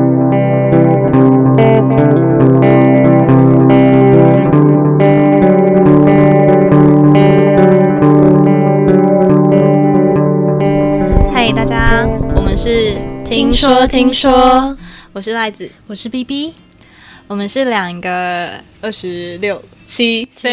嗨，大家，我们是听说，我是赖子， 我是 BB， 我们是两个26、7岁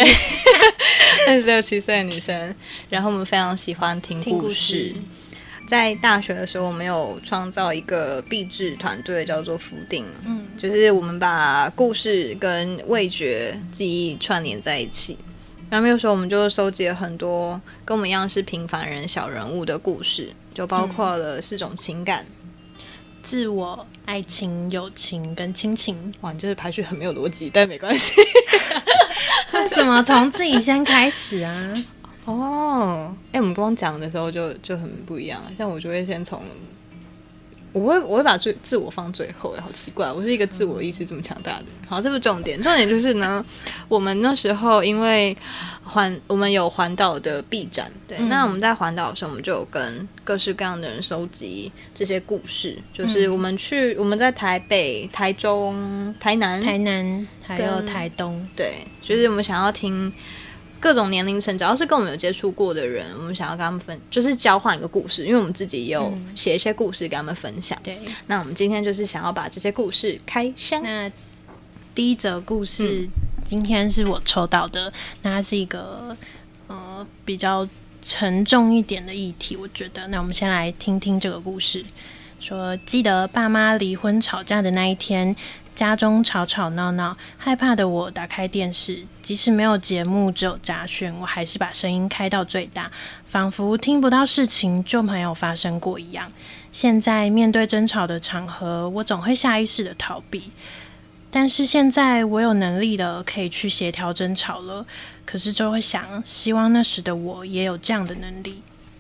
26、7岁的女生，然后我们非常喜欢听故事。在大学的时候，我们有创造一个毕制团队，叫做福定，就是我们把故事跟味觉记忆串联在一起。然后有时候我们就收集了很多跟我们一样是平凡人小人物的故事，就包括了4种情感： 自我、爱情、友情跟亲情。 哇，你这是排序很没有逻辑，但没关系。 为什么从自己先开始啊？ 哦，我们光讲的时候就很不一样，像我就会先从，我会把自我放最后，好奇怪，我是一个自我意识这么强大的人。好，这不是重点，重点就是呢，我们那时候因为我们有环岛的 B 站，对，那我们在环岛的时候，我们就有跟各式各样的人收集这些故事，就是我们在台北、台中、台南还有台东， 对，就是我们想要听各种年龄层，只要是跟我们有接触过的人，我们想要跟他们就是交换一个故事，因为我们自己也有写一些故事跟他们分享。对，那我们今天就是想要把这些故事开箱。 那第一则故事，今天是我抽到的，那它是一个比较沉重一点的议题，我觉得。那我们先来听听这个故事。说记得爸妈离婚吵架的那一天，家中吵吵闹闹，害怕的我打开电视，即使没有节目，只有杂讯，我还是把声音开到最大，仿佛听不到事情就没有发生过一样。现在面对争吵的场合，我总会下意识的逃避，但是现在我有能力了，可以去协调争吵了，可是就会想，希望那时的我也有这样的能力。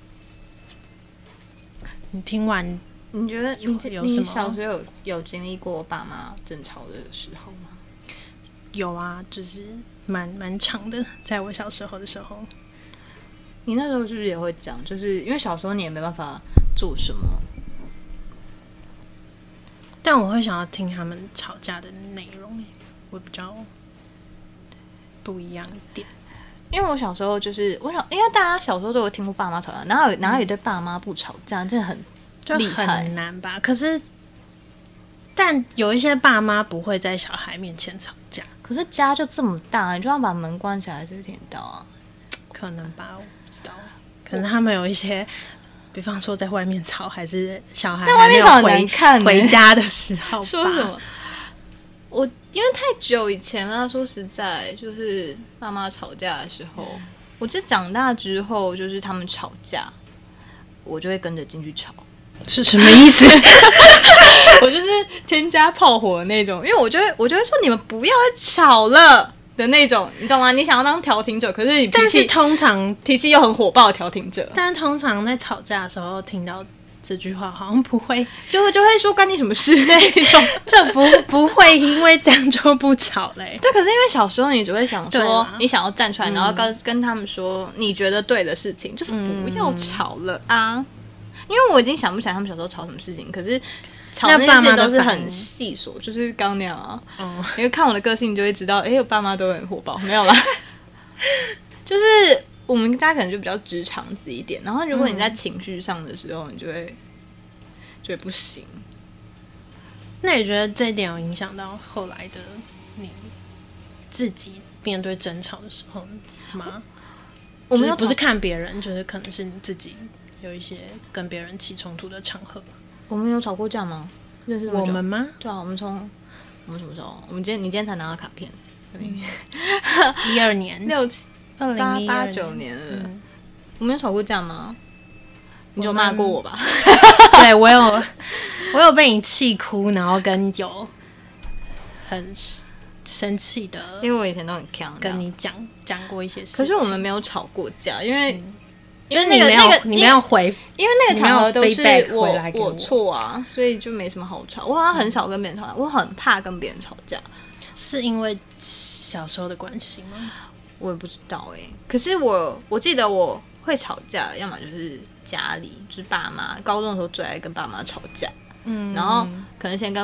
你听完你觉得有什么？ 你小时候有经历过爸妈争吵的时候吗？ 有啊，就是蛮长的，在我小时候的时候。 你那时候是不是也会讲？就是因为小时候你也没办法做什么， 但我会想要听他们吵架的内容，我比较不一样一点。 因为我小时候就是因为大家小时候都有听过爸妈吵架，哪有对爸妈不吵架，真的很厉害， 很难吧？可是，但有一些爸妈不会在小孩面前吵架。 可是家就这么大，你就要把门关起来，是不是听得到啊？ 可能吧，我不知道。可能他们有一些，比方说在外面吵，还是小孩还没有在外面吵很难看回家的时候吧。 说什么？我因为太久以前了，说实在，就是爸妈吵架的时候，我记得长大之后，就是他们吵架，我就会跟着进去吵。 是什么意思？ 我就是添加炮火的那种，因为我就会说你们不要再吵了的那种，你懂吗？你想要当调停者，可是你但是通常脾气又很火爆的调停者， 但通常在吵架的时候听到这句话，好像不会， 就会说关你什么事那种， 就不会因为这样就不吵嘞。 对，可是因为小时候你只会想说，你想要站出来，然后跟他们说你觉得对的事情，就是不要吵了啊。因为我已经想不起来他们小时候吵什么事情，可是吵那些事情都是很细琐，就是刚那样啊。因为看我的个性，你就会知道，我爸妈都很火爆，没有啦。就是我们家可能就比较直肠子一点，然后如果你在情绪上的时候，你就会觉得不行。 那你觉得这一点有影响到后来的你自己面对争吵的时候吗？我们不是看别人，就是可能是你自己有一些跟别人起冲突的场合。 我们有吵过架吗？认识我们吗？ 对啊，我们什么时候？你今天才拿到卡片。 12年 2018-19年了。我们有吵过架吗？你就骂过我吧？ 对，我有被你气哭，然后跟有很生气的， 因为我以前都很强， 跟你讲过一些事情。 可是我们没有吵过架，因为就是你没有回， 因为那个场合都是我错啊，所以就没什么好吵。我好像很少跟别人吵架，我很怕跟别人吵架。 是因为小时候的关系吗？ 我也不知道可是我记得我会吵架，要么就是家里就是爸妈，高中的时候最爱跟爸妈吵架，然后可能先跟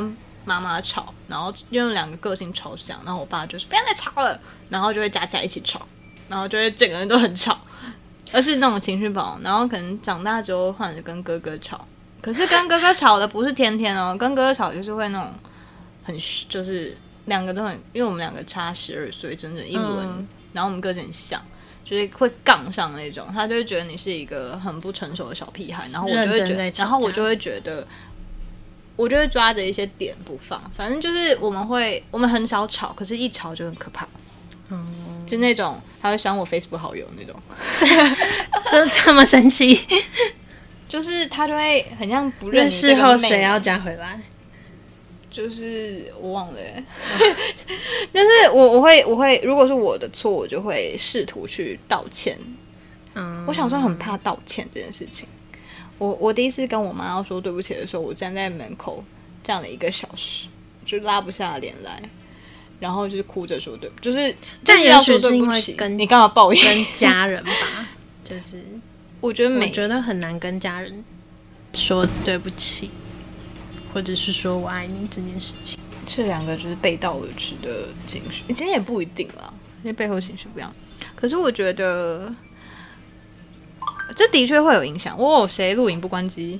妈妈吵，然后因为两个个性超像，然后我爸就是不要再吵了，然后就会加起来一起吵，然后就会整个人都很吵，而是那种情绪宝，然后可能长大之后换着跟哥哥吵，可是跟哥哥吵的不是天天哦，跟哥哥吵就是会那种很就是两个都很，因为我们两个差12岁，整整一轮，然后我们个性很像。就是会杠上那种，他就会觉得你是一个很不成熟的小屁孩，然后我就会觉得，然后我就会觉得，我就会抓着一些点不放，反正就是我们很少吵，可是一吵就很可怕，就那种他会删我 Facebook 好友那种， 真的这么生气？ 就是他就会很像不认你这个妹妹。 事后谁要加回来？ 就是我忘了耶，就是我会，如果是我的错，我就会试图去道歉。我想说很怕道歉这件事情。我第一次跟我妈要说对不起的时候，我站在门口站了1个小时，就拉不下脸来，然后就是哭着说对，就是要说对不起。你干嘛抱怨？ 跟家人吧，就是我觉得很难跟家人说对不起。或者是说我爱你这件事情， 这两个就是背道而驰的情绪，其实也不一定啦，因为背后情绪不一样。可是我觉得这的确会有影响。谁录影不关机？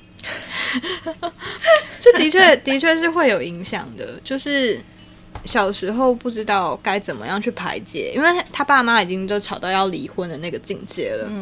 这的确是会有影响的。就是小时候不知道该怎么样去排解，因为他爸妈已经都吵到要离婚的那个境界了。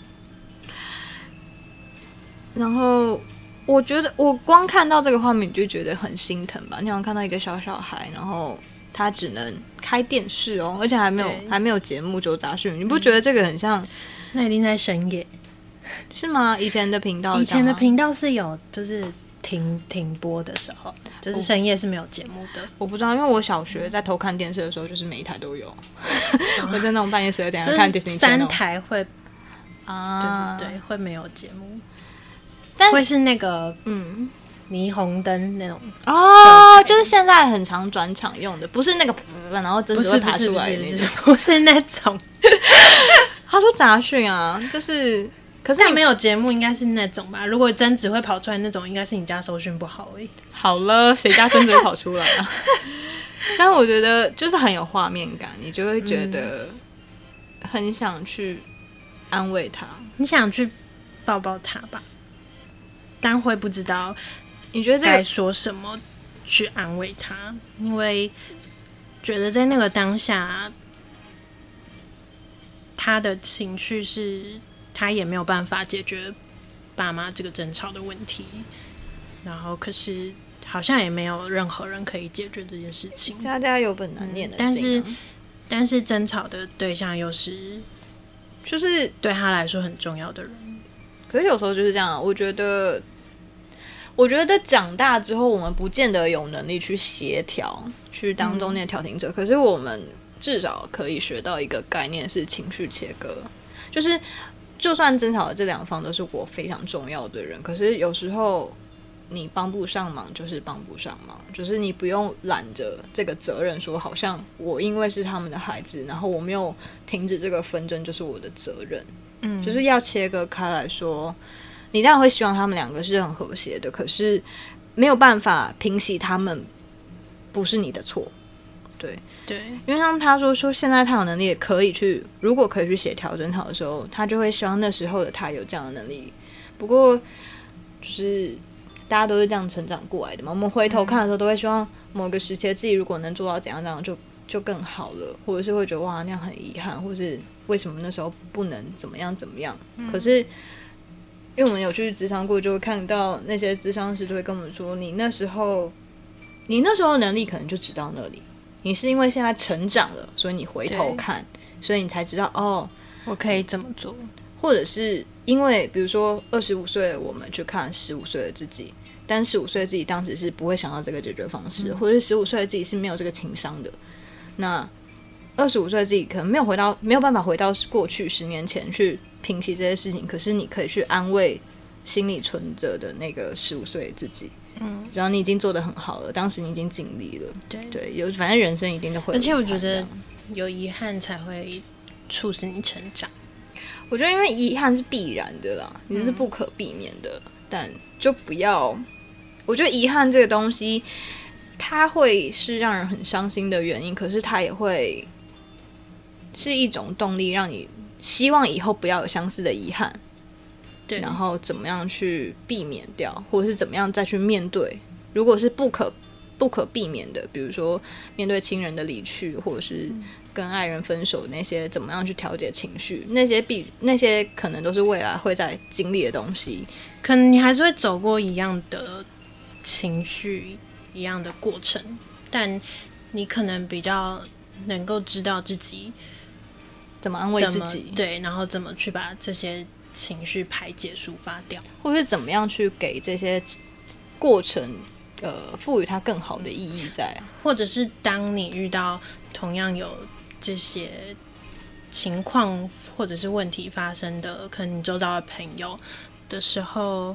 然后。我觉得我光看到这个画面你就觉得很心疼吧。你好像看到一个小孩，然后他只能开电视哦，而且还没有节目就杂讯，你不觉得这个很像？ 那一定在深夜是吗？以前的频道是有就是停播的时候，就是深夜是没有节目的。 我不知道，因为我小学在偷看电视的时候，就是每一台都有。我在那种半夜12点看 Disney Channel， 3台会就是对会没有节目。会是那个霓虹灯那种就是现在很常转场用的，不是那个然后真的会爬出来的那种， 不是那种。 他说杂讯啊，就是可是你没有节目应该是那种吧？如果真只会跑出来那种，应该是你家收讯不好而已。 好了，谁家真只会跑出来啊？但我觉得就是很有画面感，你就会觉得很想去安慰他，你想去抱抱他吧。但会不知道你觉得该说什么去安慰他，因为觉得在那个当下他的情绪是他也没有办法解决爸妈这个争吵的问题，然后可是好像也没有任何人可以解决这件事情， 家家有本难念的经但是争吵的对象又是就是对他来说很重要的人。 可是有时候就是这样，我觉得在长大之后，我们不见得有能力去协调，去当中间的调停者。可是我们至少可以学到一个概念，是情绪切割。就是就算争吵的这两方都是我非常重要的人，可是有时候你帮不上忙就是帮不上忙，就是你不用揽着这个责任，说好像我因为是他们的孩子，然后我没有停止这个纷争就是我的责任。就是要切割开来说，你当然会希望他们两个是很和谐的，可是没有办法平息他们，不是你的错。对，因为像他说现在他有能力也可以去，如果可以去协调争吵的时候，他就会希望那时候的他有这样的能力。不过就是大家都是这样成长过来的嘛，我们回头看的时候都会希望某个时期的自己如果能做到怎样怎样就更好了，或者是会觉得哇那样很遗憾，或是为什么那时候不能怎么样怎么样。可是因为我们有去咨商过，就会看到那些咨商师就会跟我们说，你那时候的能力可能就只到那里，你是因为现在成长了，所以你回头看，所以你才知道我可以怎么做， 或者是因为比如说25岁的我们去看15岁的自己，但15岁的自己当时是不会想到这个解决方式，或者是15岁的自己是没有这个情商的，那25岁的自己可能没有办法回到过去10年前去平息这些事情，可是你可以去安慰心里存着的那个15岁的自己。只要你已经做得很好了，当时你已经尽力了。对，反正人生一定都会有， 而且我觉得有遗憾才会促使你成长。 我觉得因为遗憾是必然的啦，你是不可避免的，但就不要。我觉得遗憾这个东西， 它会是让人很伤心的原因，可是它也会是一种动力，让你希望以后不要有相似的遗憾。 对， 然后怎么样去避免掉，或者是怎么样再去面对。如果是不可避免的，比如说面对亲人的离去，或者是跟爱人分手那些，怎么样去调节情绪，那些可能都是未来会在经历的东西。 可能你还是会走过一样的情绪，一样的过程，但你可能比较能够知道自己怎么安慰自己， 对，然后怎么去把这些情绪排解抒发掉， 或是怎么样去给这些过程赋予它更好的意义在， 或者是当你遇到同样有这些情况或者是问题发生的，可能你周遭的朋友的时候，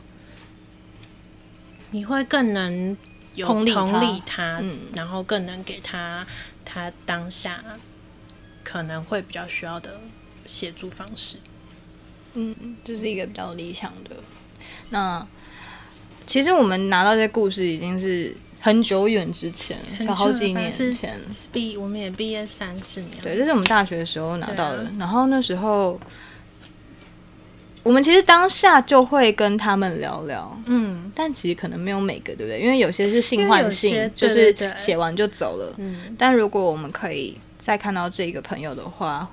你会更能有同理他，然后更能给他当下可能会比较需要的协助方式。 这是一个比较理想的。那其实我们拿到这故事已经是很久远之前，好几年前， 我们也毕业3-4年。 对，这是我们大学的时候拿到的。然后那时候，我们其实当下就会跟他们聊聊，但其实可能没有每个，对不对？因为有些是性换性，就是写完就走了。但如果我们可以再看到这个朋友的话，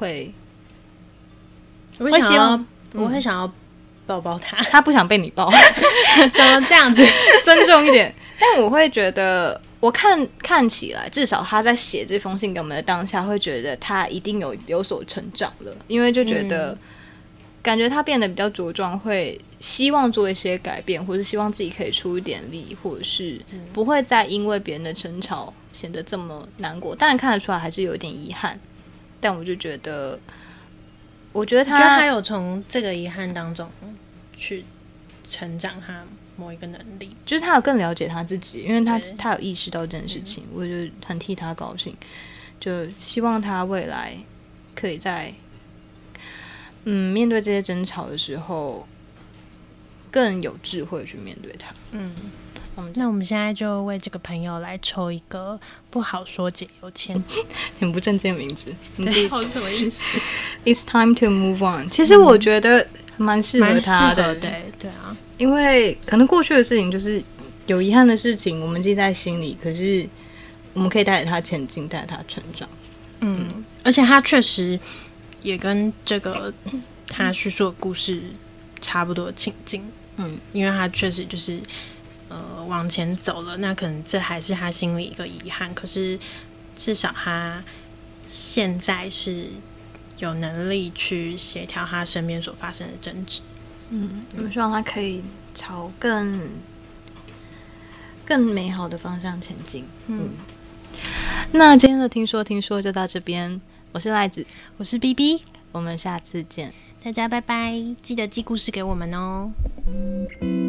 我会想要抱抱他， 他不想被你抱， 怎么这样子？ 尊重一点。但我会觉得，我看起来，至少他在写这封信给我们的当下，会觉得他一定有所成长了，因为就觉得，感觉他变得比较茁壮，会希望做一些改变，或是希望自己可以出一点力，或者是不会再因为别人的争吵显得这么难过。当然看得出来还是有一点遗憾，但我就觉得。我觉得他有从这个遗憾当中去成长他某一个能力， 就是他有更了解他自己，因为他有意识到这件事情，我就很替他高兴，就希望他未来可以在面对这些争吵的时候更有智慧去面对它。 那我们现在就为这个朋友来抽一个不好说解忧签， 挺不正经的名字。 你自己抽什么意思 ？It's time to move on。其实我觉得蛮适合他的， 对啊， 因为可能过去的事情就是有遗憾的事情，我们记在心里，可是我们可以带着他前进，带着他成长。 而且他确实也跟这个他叙述的故事差不多的情境，因为他确实就是往前走了，那可能这还是他心里一个遗憾，可是至少他现在是有能力去协调他身边所发生的争执。 我们希望他可以朝更美好的方向前进。那今天的听说就到这边，我是赖子， 我是 BB， 我们下次见， 大家拜拜，记得寄故事给我们哦。